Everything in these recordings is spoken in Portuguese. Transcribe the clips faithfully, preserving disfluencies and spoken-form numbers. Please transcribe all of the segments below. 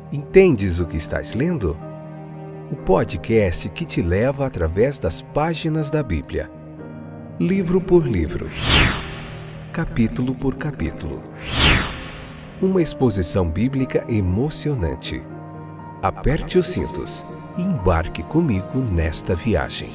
Entendes o que estás lendo? O podcast que te leva através das páginas da Bíblia, livro por livro, capítulo por capítulo. Uma exposição bíblica emocionante. Aperte os cintos e embarque comigo nesta viagem.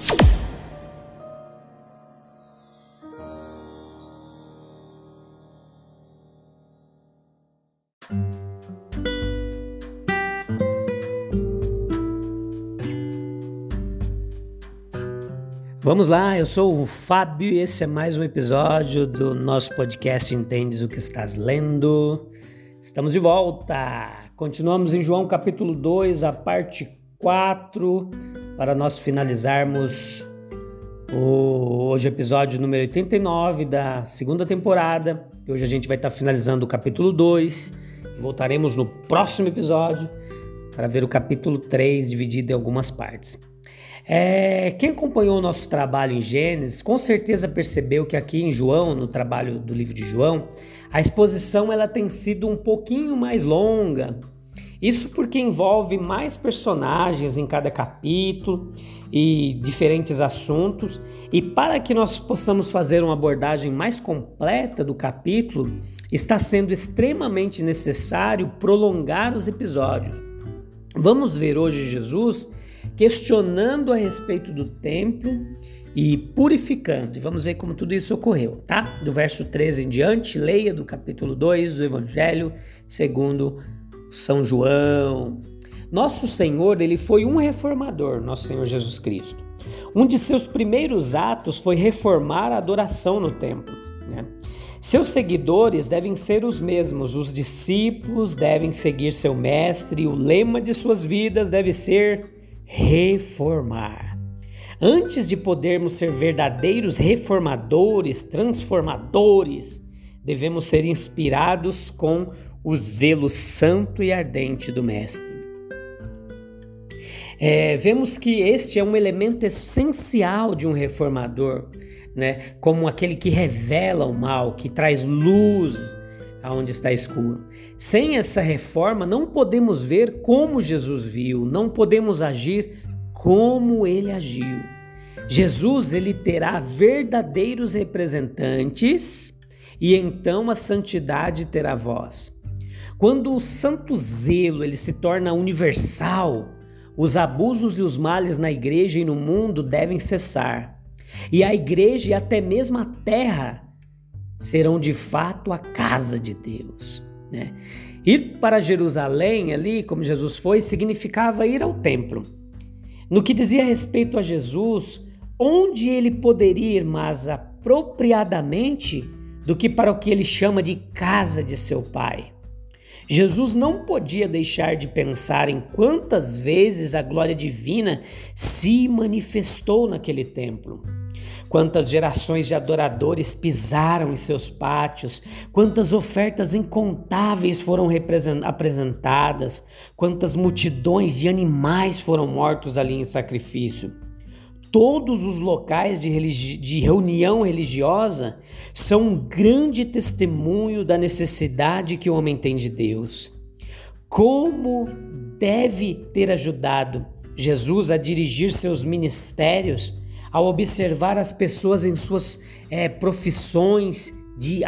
Vamos lá, eu sou o Fábio e esse é mais um episódio do nosso podcast Entendes o que estás lendo. Estamos de volta, continuamos em João capítulo dois, a parte quatro, para nós finalizarmos o, hoje o episódio número oitenta e nove da segunda temporada. E hoje a gente vai estar finalizando o capítulo dois e voltaremos no próximo episódio para ver o capítulo três dividido em algumas partes. É, quem acompanhou o nosso trabalho em Gênesis, com certeza percebeu que aqui em João, no trabalho do livro de João, a exposição ela tem sido um pouquinho mais longa. Isso porque envolve mais personagens em cada capítulo e diferentes assuntos. E para que nós possamos fazer uma abordagem mais completa do capítulo, está sendo extremamente necessário prolongar os episódios. Vamos ver hoje Jesus questionando a respeito do templo e purificando. E vamos ver como tudo isso ocorreu, tá? Do verso treze em diante, leia do capítulo dois do Evangelho segundo São João. Nosso Senhor, ele foi um reformador, nosso Senhor Jesus Cristo. Um de seus primeiros atos foi reformar a adoração no templo, né? Seus seguidores devem ser os mesmos, os discípulos devem seguir seu mestre e o lema de suas vidas deve ser reformar. Antes de podermos ser verdadeiros reformadores, transformadores, devemos ser inspirados com o zelo santo e ardente do Mestre. É, vemos que este é um elemento essencial de um reformador, né? Como aquele que revela o mal, que traz luz aonde está escuro. Sem essa reforma, não podemos ver como Jesus viu, não podemos agir como ele agiu. Jesus, ele terá verdadeiros representantes e então a santidade terá voz. Quando o santo zelo ele se torna universal, os abusos e os males na igreja e no mundo devem cessar. E a igreja e até mesmo a terra serão de fato a casa de Deus, né? Ir para Jerusalém ali, como Jesus foi, significava ir ao templo. No que dizia respeito a Jesus, onde ele poderia ir mais apropriadamente do que para o que ele chama de casa de seu Pai? Jesus não podia deixar de pensar em quantas vezes a glória divina se manifestou naquele templo. Quantas gerações de adoradores pisaram em seus pátios, quantas ofertas incontáveis foram apresentadas, quantas multidões de animais foram mortos ali em sacrifício. Todos os locais de, religi- de reunião religiosa são um grande testemunho da necessidade que o homem tem de Deus. Como deve ter ajudado Jesus a dirigir seus ministérios ao observar as pessoas em suas é, profissões de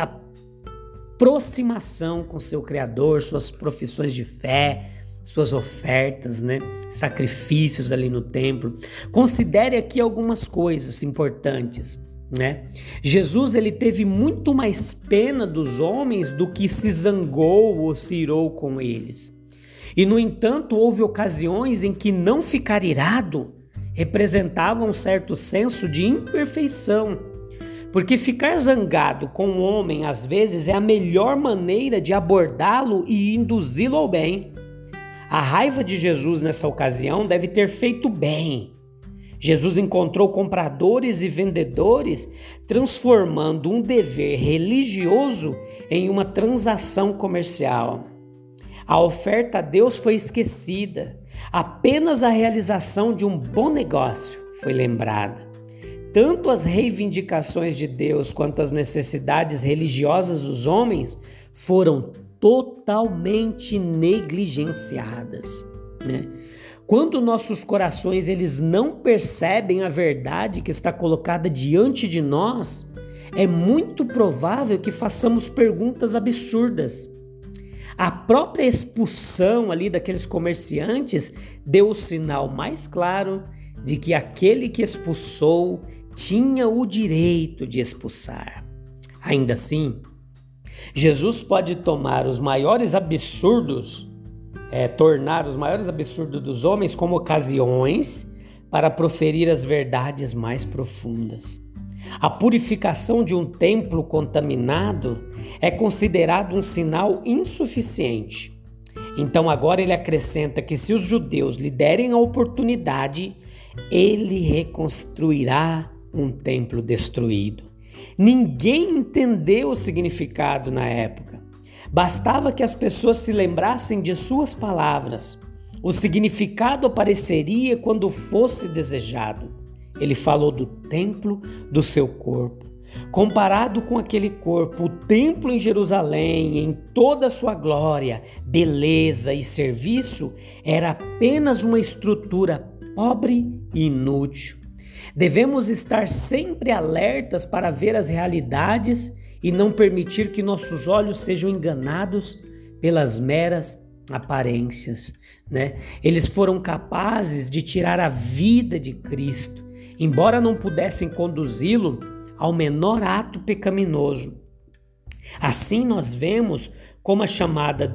aproximação com seu Criador, suas profissões de fé, suas ofertas, né? Sacrifícios ali no templo. Considere aqui algumas coisas importantes, né? Jesus ele teve muito mais pena dos homens do que se zangou ou se irou com eles. E, no entanto, houve ocasiões em que não ficar irado representava um certo senso de imperfeição, porque ficar zangado com um homem às vezes é a melhor maneira de abordá-lo e induzi-lo ao bem. A raiva de Jesus nessa ocasião deve ter feito bem. Jesus encontrou compradores e vendedores, transformando um dever religioso em uma transação comercial. A oferta a Deus foi esquecida. Apenas a realização de um bom negócio foi lembrada. Tanto as reivindicações de Deus quanto as necessidades religiosas dos homens foram totalmente totalmente negligenciadas, né? Quando nossos corações eles não percebem a verdade que está colocada diante de nós, é muito provável que façamos perguntas absurdas. A própria expulsão ali daqueles comerciantes deu o sinal mais claro de que aquele que expulsou tinha o direito de expulsar. Ainda assim, Jesus pode tomar os maiores absurdos, é, tornar os maiores absurdos dos homens como ocasiões para proferir as verdades mais profundas. A purificação de um templo contaminado é considerado um sinal insuficiente. Então agora ele acrescenta que se os judeus lhe derem a oportunidade, ele reconstruirá um templo destruído. Ninguém entendeu o significado na época. Bastava que as pessoas se lembrassem de suas palavras. O significado apareceria quando fosse desejado. Ele falou do templo do seu corpo. Comparado com aquele corpo, o templo em Jerusalém, em toda a sua glória, beleza e serviço, era apenas uma estrutura pobre e inútil. Devemos estar sempre alertas para ver as realidades e não permitir que nossos olhos sejam enganados pelas meras aparências, né? Eles foram capazes de tirar a vida de Cristo, embora não pudessem conduzi-lo ao menor ato pecaminoso. Assim nós vemos como a chamada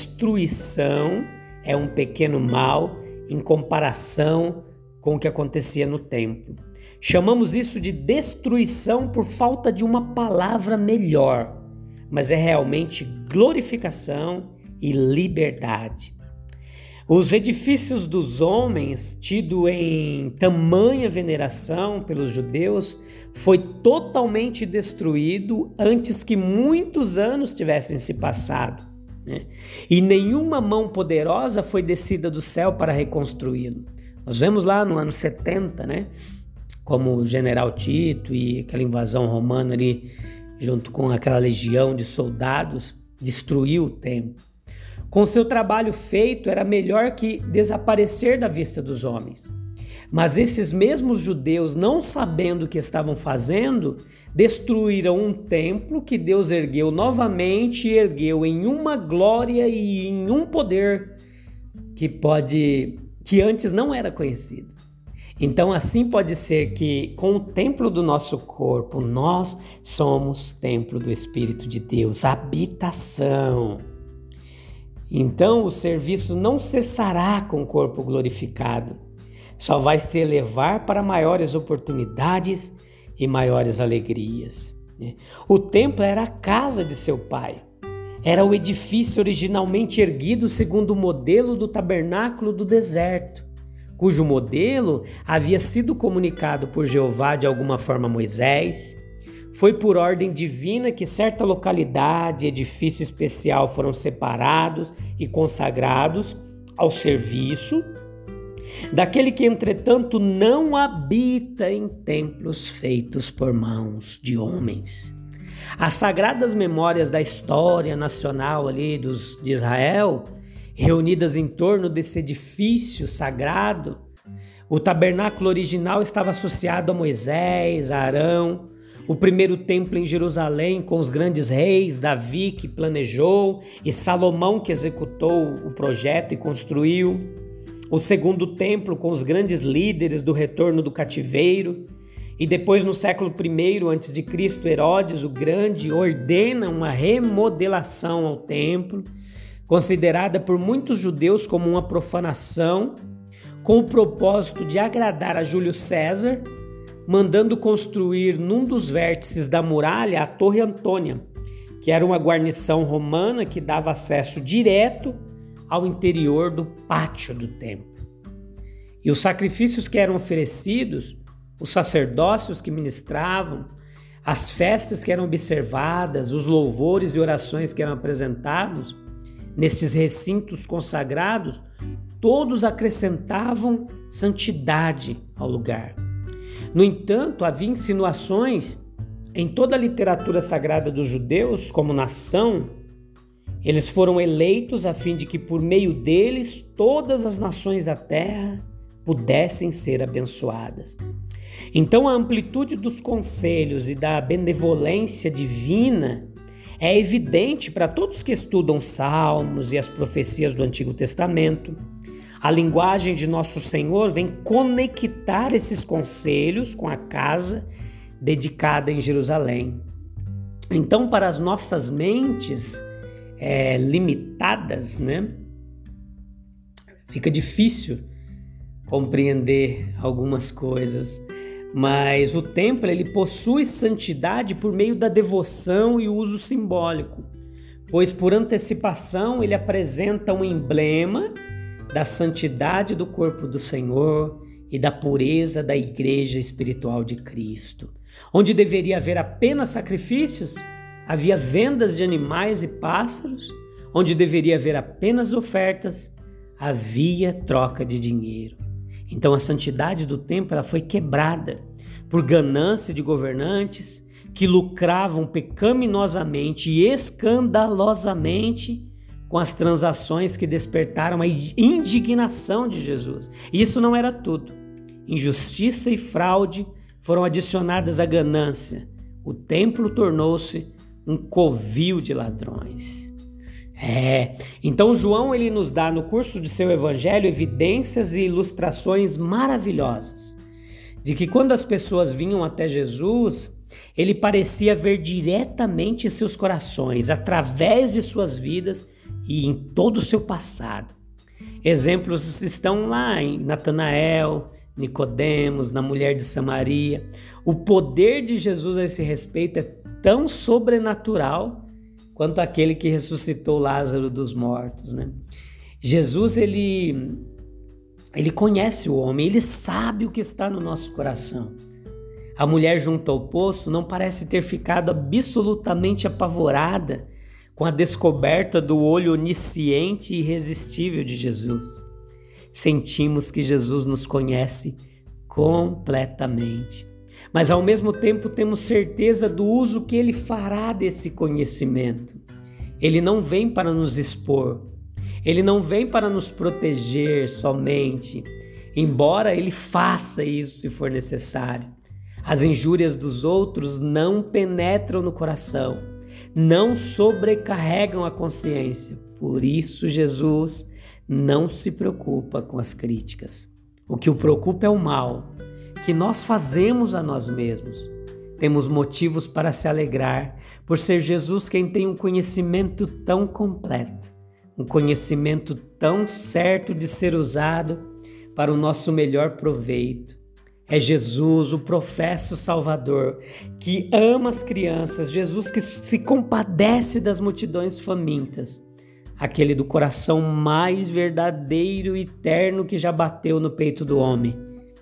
destruição é um pequeno mal em comparação com o que acontecia no templo. Chamamos isso de destruição por falta de uma palavra melhor, mas é realmente glorificação e liberdade. Os edifícios dos homens, tido em tamanha veneração pelos judeus, foi totalmente destruído antes que muitos anos tivessem se passado, né? E nenhuma mão poderosa foi descida do céu para reconstruí-lo. Nós vemos lá no ano setenta, né? Como o general Tito e aquela invasão romana ali, junto com aquela legião de soldados, destruiu o templo. Com seu trabalho feito, era melhor que desaparecer da vista dos homens. Mas esses mesmos judeus, não sabendo o que estavam fazendo, destruíram um templo que Deus ergueu novamente e ergueu em uma glória e em um poder que pode, que antes não era conhecido. Então assim pode ser que com o templo do nosso corpo, nós somos templo do Espírito de Deus, habitação. Então o serviço não cessará com o corpo glorificado, só vai se elevar para maiores oportunidades e maiores alegrias. O templo era a casa de seu pai, era o edifício originalmente erguido segundo o modelo do tabernáculo do deserto, cujo modelo havia sido comunicado por Jeová de alguma forma a Moisés. Foi por ordem divina que certa localidade e edifício especial foram separados e consagrados ao serviço daquele que, entretanto, não habita em templos feitos por mãos de homens. As sagradas memórias da história nacional ali dos, de Israel, reunidas em torno desse edifício sagrado, o tabernáculo original estava associado a Moisés, a Arão, o primeiro templo em Jerusalém com os grandes reis, Davi que planejou e Salomão que executou o projeto e construiu, o segundo templo com os grandes líderes do retorno do cativeiro, e depois no século primeiro antes de Cristo, Herodes o Grande ordena uma remodelação ao templo, considerada por muitos judeus como uma profanação, com o propósito de agradar a Júlio César, mandando construir num dos vértices da muralha a Torre Antônia, que era uma guarnição romana que dava acesso direto ao interior do pátio do templo. E os sacrifícios que eram oferecidos, os sacerdócios que ministravam, as festas que eram observadas, os louvores e orações que eram apresentados nestes recintos consagrados, todos acrescentavam santidade ao lugar. No entanto, havia insinuações em toda a literatura sagrada dos judeus como nação Eles foram eleitos a fim de que por meio deles todas as nações da terra pudessem ser abençoadas. Então a amplitude dos conselhos e da benevolência divina é evidente para todos que estudam Salmos e as profecias do Antigo Testamento. A linguagem de nosso Senhor vem conectar esses conselhos com a casa dedicada em Jerusalém. Então, para as nossas mentes é, limitadas, né, fica difícil compreender algumas coisas, mas o templo ele possui santidade por meio da devoção e uso simbólico, pois por antecipação ele apresenta um emblema da santidade do corpo do Senhor e da pureza da igreja espiritual de Cristo. Onde deveria haver apenas sacrifícios, havia vendas de animais e pássaros. Onde deveria haver apenas ofertas, havia troca de dinheiro. Então a santidade do templo ela foi quebrada por ganância de governantes que lucravam pecaminosamente e escandalosamente com as transações que despertaram a indignação de Jesus. E isso não era tudo. Injustiça e fraude foram adicionadas à ganância. O templo tornou-se um covil de ladrões. É, então João ele nos dá no curso de seu evangelho evidências e ilustrações maravilhosas de que quando as pessoas vinham até Jesus, ele parecia ver diretamente seus corações, através de suas vidas e em todo o seu passado. Exemplos estão lá em Natanael, Nicodemos, na mulher de Samaria. O poder de Jesus a esse respeito é tão sobrenatural quanto aquele que ressuscitou Lázaro dos mortos, né? Jesus, ele, ele conhece o homem, ele sabe o que está no nosso coração. A mulher junto ao poço não parece ter ficado absolutamente apavorada com a descoberta do olho onisciente e irresistível de Jesus. Sentimos que Jesus nos conhece completamente, mas ao mesmo tempo temos certeza do uso que ele fará desse conhecimento. Ele não vem para nos expor, ele não vem para nos proteger somente, embora ele faça isso se for necessário. As injúrias dos outros não penetram no coração, não sobrecarregam a consciência. Por isso Jesus não se preocupa com as críticas. O que o preocupa é o mal que nós fazemos a nós mesmos. Temos motivos para se alegrar por ser Jesus quem tem um conhecimento tão completo, um conhecimento tão certo de ser usado para o nosso melhor proveito. É Jesus, o professo Salvador, que ama as crianças, Jesus que se compadece das multidões famintas, aquele do coração mais verdadeiro e terno que já bateu no peito do homem.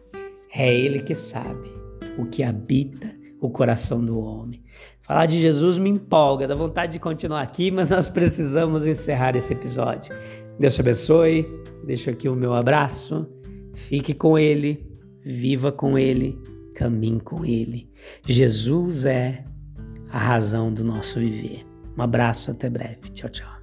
É Ele que sabe o que habita o coração do homem. Falar de Jesus me empolga, dá vontade de continuar aqui, mas nós precisamos encerrar esse episódio. Deus te abençoe, deixo aqui o meu abraço, fique com Ele, viva com Ele, caminhe com Ele. Jesus é a razão do nosso viver. Um abraço, até breve. Tchau, tchau.